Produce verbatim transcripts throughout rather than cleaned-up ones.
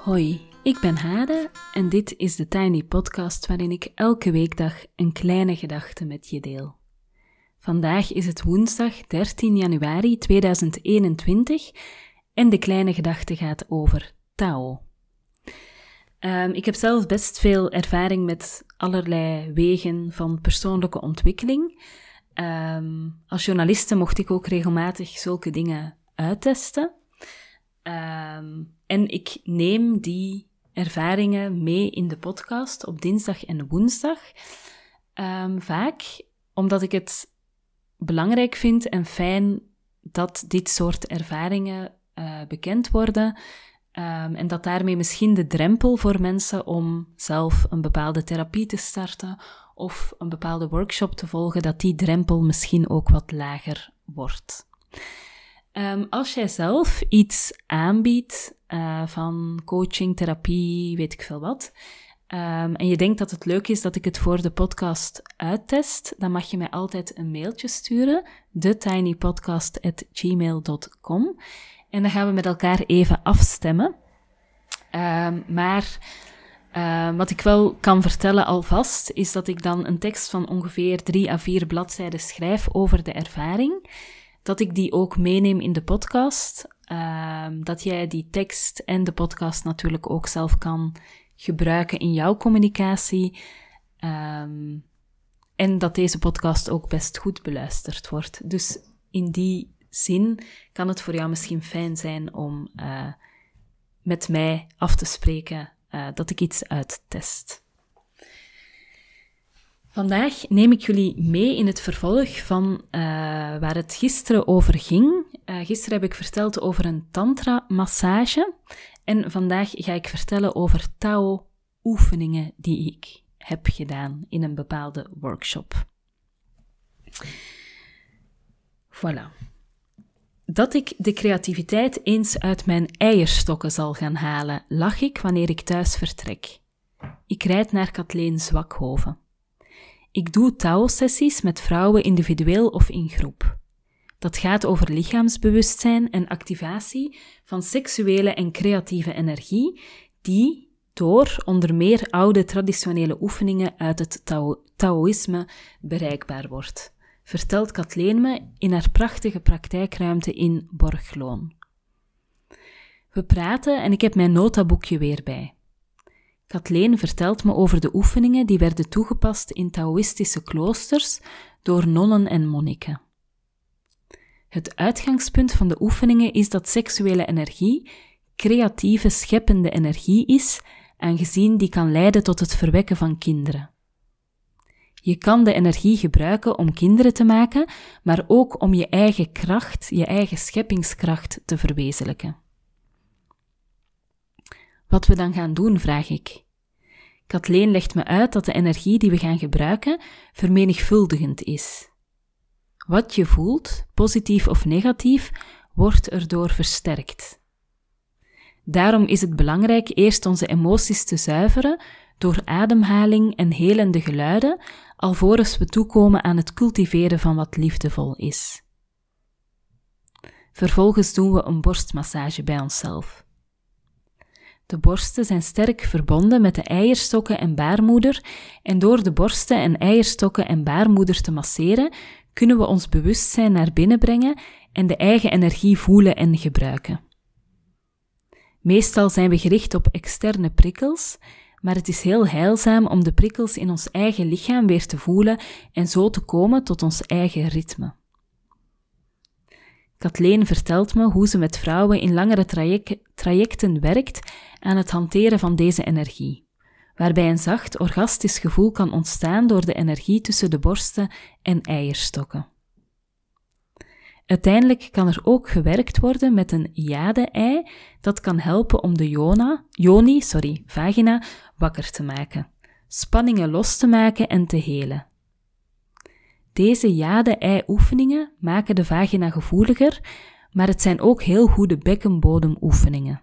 Hoi, ik ben Hade en dit is de Tiny Podcast waarin ik elke weekdag een kleine gedachte met je deel. Vandaag is het woensdag dertien januari tweeduizend eenentwintig en de kleine gedachte gaat over Tao. Um, ik heb zelf best veel ervaring met allerlei wegen van persoonlijke ontwikkeling. Um, als journaliste mocht ik ook regelmatig zulke dingen uittesten. Um, en ik neem die ervaringen mee in de podcast op dinsdag en woensdag. Um, vaak omdat ik het belangrijk vind en fijn dat dit soort ervaringen uh, bekend worden. Um, en dat daarmee misschien de drempel voor mensen om zelf een bepaalde therapie te starten of een bepaalde workshop te volgen, dat die drempel misschien ook wat lager wordt. Um, als jij zelf iets aanbiedt uh, van coaching, therapie, weet ik veel wat, um, en je denkt dat het leuk is dat ik het voor de podcast uittest, dan mag je mij altijd een mailtje sturen, the tiny podcast at gmail dot com, en dan gaan we met elkaar even afstemmen. Um, maar uh, wat ik wel kan vertellen alvast, is dat ik dan een tekst van ongeveer drie à vier bladzijden schrijf over de ervaring, dat ik die ook meeneem in de podcast, uh, dat jij die tekst en de podcast natuurlijk ook zelf kan gebruiken in jouw communicatie, um, en dat deze podcast ook best goed beluisterd wordt. Dus in die zin kan het voor jou misschien fijn zijn om uh, met mij af te spreken uh, dat ik iets uittest. Vandaag neem ik jullie mee in het vervolg van uh, waar het gisteren over ging. Uh, gisteren heb ik verteld over een tantra-massage en vandaag ga ik vertellen over Tao-oefeningen die ik heb gedaan in een bepaalde workshop. Voilà. Dat ik de creativiteit eens uit mijn eierstokken zal gaan halen, lach ik wanneer ik thuis vertrek. Ik rijd naar Kathleen Zwakhoven. Ik doe Tao-sessies met vrouwen individueel of in groep. Dat gaat over lichaamsbewustzijn en activatie van seksuele en creatieve energie, die door onder meer oude traditionele oefeningen uit het Tao- Taoïsme bereikbaar wordt, vertelt Kathleen me in haar prachtige praktijkruimte in Borgloon. We praten en ik heb mijn notaboekje weer bij. Kathleen vertelt me over de oefeningen die werden toegepast in Taoïstische kloosters door nonnen en monniken. Het uitgangspunt van de oefeningen is dat seksuele energie creatieve, scheppende energie is, aangezien die kan leiden tot het verwekken van kinderen. Je kan de energie gebruiken om kinderen te maken, maar ook om je eigen kracht, je eigen scheppingskracht te verwezenlijken. Wat we dan gaan doen, vraag ik. Kathleen legt me uit dat de energie die we gaan gebruiken vermenigvuldigend is. Wat je voelt, positief of negatief, wordt erdoor versterkt. Daarom is het belangrijk eerst onze emoties te zuiveren door ademhaling en helende geluiden, alvorens we toekomen aan het cultiveren van wat liefdevol is. Vervolgens doen we een borstmassage bij onszelf. De borsten zijn sterk verbonden met de eierstokken en baarmoeder en door de borsten en eierstokken en baarmoeder te masseren, kunnen we ons bewustzijn naar binnen brengen en de eigen energie voelen en gebruiken. Meestal zijn we gericht op externe prikkels, maar het is heel heilzaam om de prikkels in ons eigen lichaam weer te voelen en zo te komen tot ons eigen ritme. Kathleen vertelt me hoe ze met vrouwen in langere traject, trajecten werkt aan het hanteren van deze energie, waarbij een zacht orgastisch gevoel kan ontstaan door de energie tussen de borsten en eierstokken. Uiteindelijk kan er ook gewerkt worden met een jade-ei dat kan helpen om de yona, yoni, sorry, vagina wakker te maken, spanningen los te maken en te helen. Deze jade-ei-oefeningen maken de vagina gevoeliger, maar het zijn ook heel goede bekkenbodemoefeningen.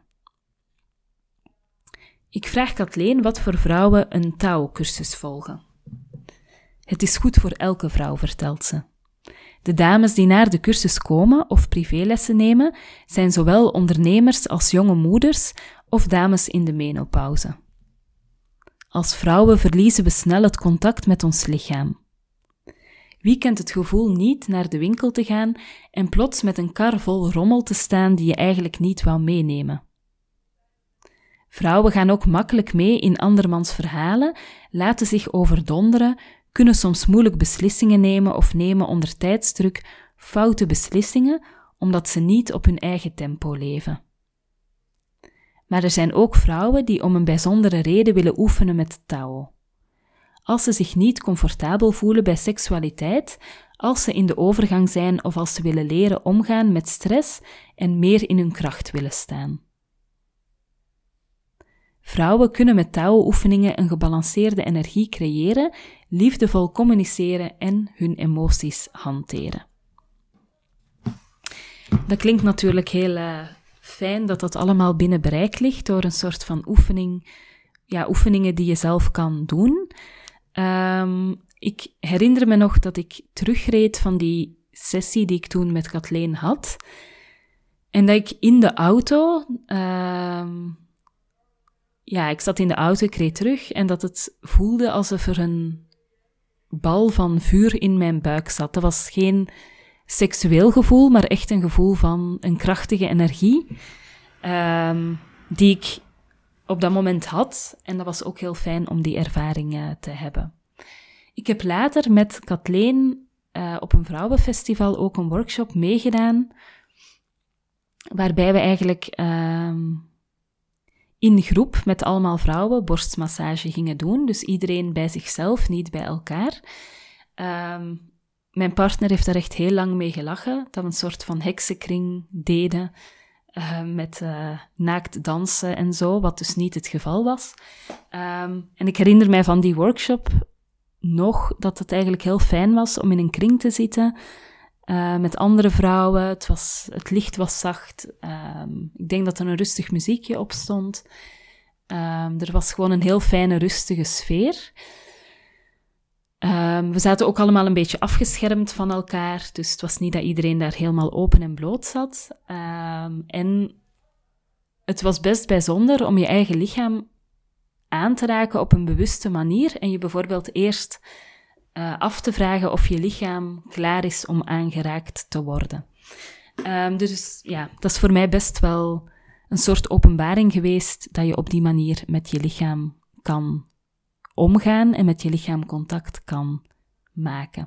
Ik vraag Kathleen wat voor vrouwen een Tao-cursus volgen. Het is goed voor elke vrouw, vertelt ze. De dames die naar de cursus komen of privélessen nemen, zijn zowel ondernemers als jonge moeders of dames in de menopauze. Als vrouwen verliezen we snel het contact met ons lichaam. Wie kent het gevoel niet naar de winkel te gaan en plots met een kar vol rommel te staan die je eigenlijk niet wou meenemen? Vrouwen gaan ook makkelijk mee in andermans verhalen, laten zich overdonderen, kunnen soms moeilijk beslissingen nemen of nemen onder tijdsdruk foute beslissingen, omdat ze niet op hun eigen tempo leven. Maar er zijn ook vrouwen die om een bijzondere reden willen oefenen met Tao. Als ze zich niet comfortabel voelen bij seksualiteit, als ze in de overgang zijn of als ze willen leren omgaan met stress en meer in hun kracht willen staan. Vrouwen kunnen met Tao-oefeningen een gebalanceerde energie creëren, liefdevol communiceren en hun emoties hanteren. Dat klinkt natuurlijk heel uh, fijn dat dat allemaal binnen bereik ligt door een soort van oefening, ja, oefeningen die je zelf kan doen. Um, ik herinner me nog dat ik terugreed van die sessie die ik toen met Kathleen had. En dat ik in de auto... Um, ja, ik zat in de auto, ik reed terug en dat het voelde alsof er een bal van vuur in mijn buik zat. Dat was geen seksueel gevoel, maar echt een gevoel van een krachtige energie um, die ik op dat moment had. En dat was ook heel fijn om die ervaring uh, te hebben. Ik heb later met Kathleen uh, op een vrouwenfestival ook een workshop meegedaan, waarbij we eigenlijk uh, in groep met allemaal vrouwen borstmassage gingen doen. Dus iedereen bij zichzelf, niet bij elkaar. Uh, mijn partner heeft daar echt heel lang mee gelachen, dat we een soort van heksenkring deden, Uh, met uh, naakt dansen en zo, wat dus niet het geval was. Um, en ik herinner mij van die workshop nog dat het eigenlijk heel fijn was om in een kring te zitten uh, met andere vrouwen. Het, was, het licht was zacht. Um, ik denk dat er een rustig muziekje op stond. Um, er was gewoon een heel fijne, rustige sfeer. Um, we zaten ook allemaal een beetje afgeschermd van elkaar, dus het was niet dat iedereen daar helemaal open en bloot zat. Um, en het was best bijzonder om je eigen lichaam aan te raken op een bewuste manier en je bijvoorbeeld eerst uh, af te vragen of je lichaam klaar is om aangeraakt te worden. Um, dus ja, dat is voor mij best wel een soort openbaring geweest dat je op die manier met je lichaam kan omgaan en met je lichaam contact kan maken.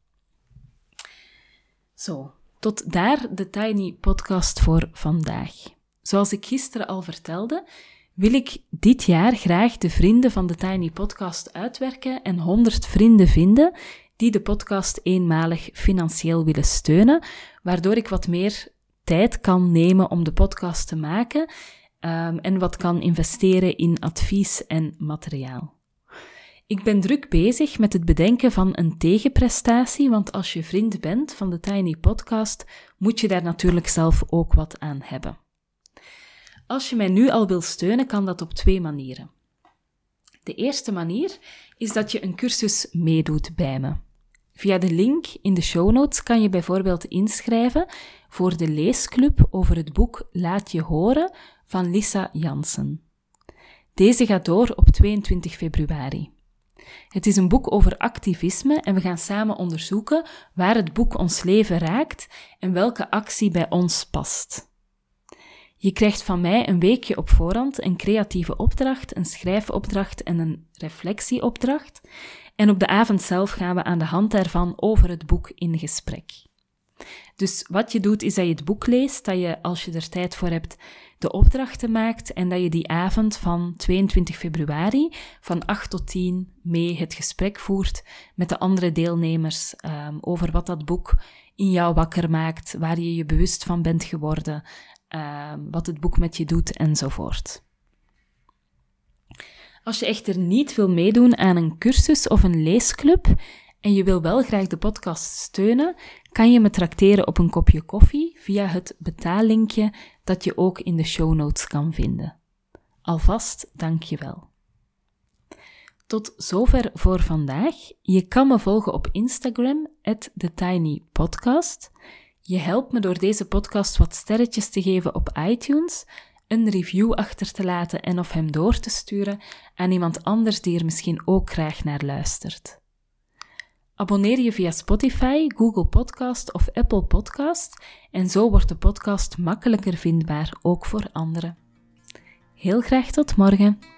Zo, tot daar de Tiny Podcast voor vandaag. Zoals ik gisteren al vertelde, wil ik dit jaar graag de vrienden van de Tiny Podcast uitwerken en honderd vrienden vinden die de podcast eenmalig financieel willen steunen, waardoor ik wat meer tijd kan nemen om de podcast te maken um, en wat kan investeren in advies en materiaal. Ik ben druk bezig met het bedenken van een tegenprestatie, want als je vriend bent van de Tiny Podcast, moet je daar natuurlijk zelf ook wat aan hebben. Als je mij nu al wil steunen, kan dat op twee manieren. De eerste manier is dat je een cursus meedoet bij me. Via de link in de show notes kan je bijvoorbeeld inschrijven voor de leesclub over het boek Laat je horen van Lisa Jansen. Deze gaat door op tweeëntwintig februari. Het is een boek over activisme en we gaan samen onderzoeken waar het boek ons leven raakt en welke actie bij ons past. Je krijgt van mij een weekje op voorhand een creatieve opdracht, een schrijfopdracht en een reflectieopdracht. En op de avond zelf gaan we aan de hand daarvan over het boek in gesprek. Dus wat je doet is dat je het boek leest, dat je als je er tijd voor hebt de opdrachten maakt en dat je die avond van tweeëntwintig februari van acht tot tien mee het gesprek voert met de andere deelnemers um, over wat dat boek in jou wakker maakt, waar je je bewust van bent geworden, um, wat het boek met je doet enzovoort. Als je echter niet wil meedoen aan een cursus of een leesclub en je wil wel graag de podcast steunen, kan je me trakteren op een kopje koffie via het betaallinkje dat je ook in de show notes kan vinden. Alvast dank je wel. Tot zover voor vandaag. Je kan me volgen op Instagram, at thetinypodcast. Je helpt me door deze podcast wat sterretjes te geven op iTunes een review achter te laten en of hem door te sturen aan iemand anders die er misschien ook graag naar luistert. Abonneer je via Spotify, Google Podcast of Apple Podcast en zo wordt de podcast makkelijker vindbaar, ook voor anderen. Heel graag tot morgen!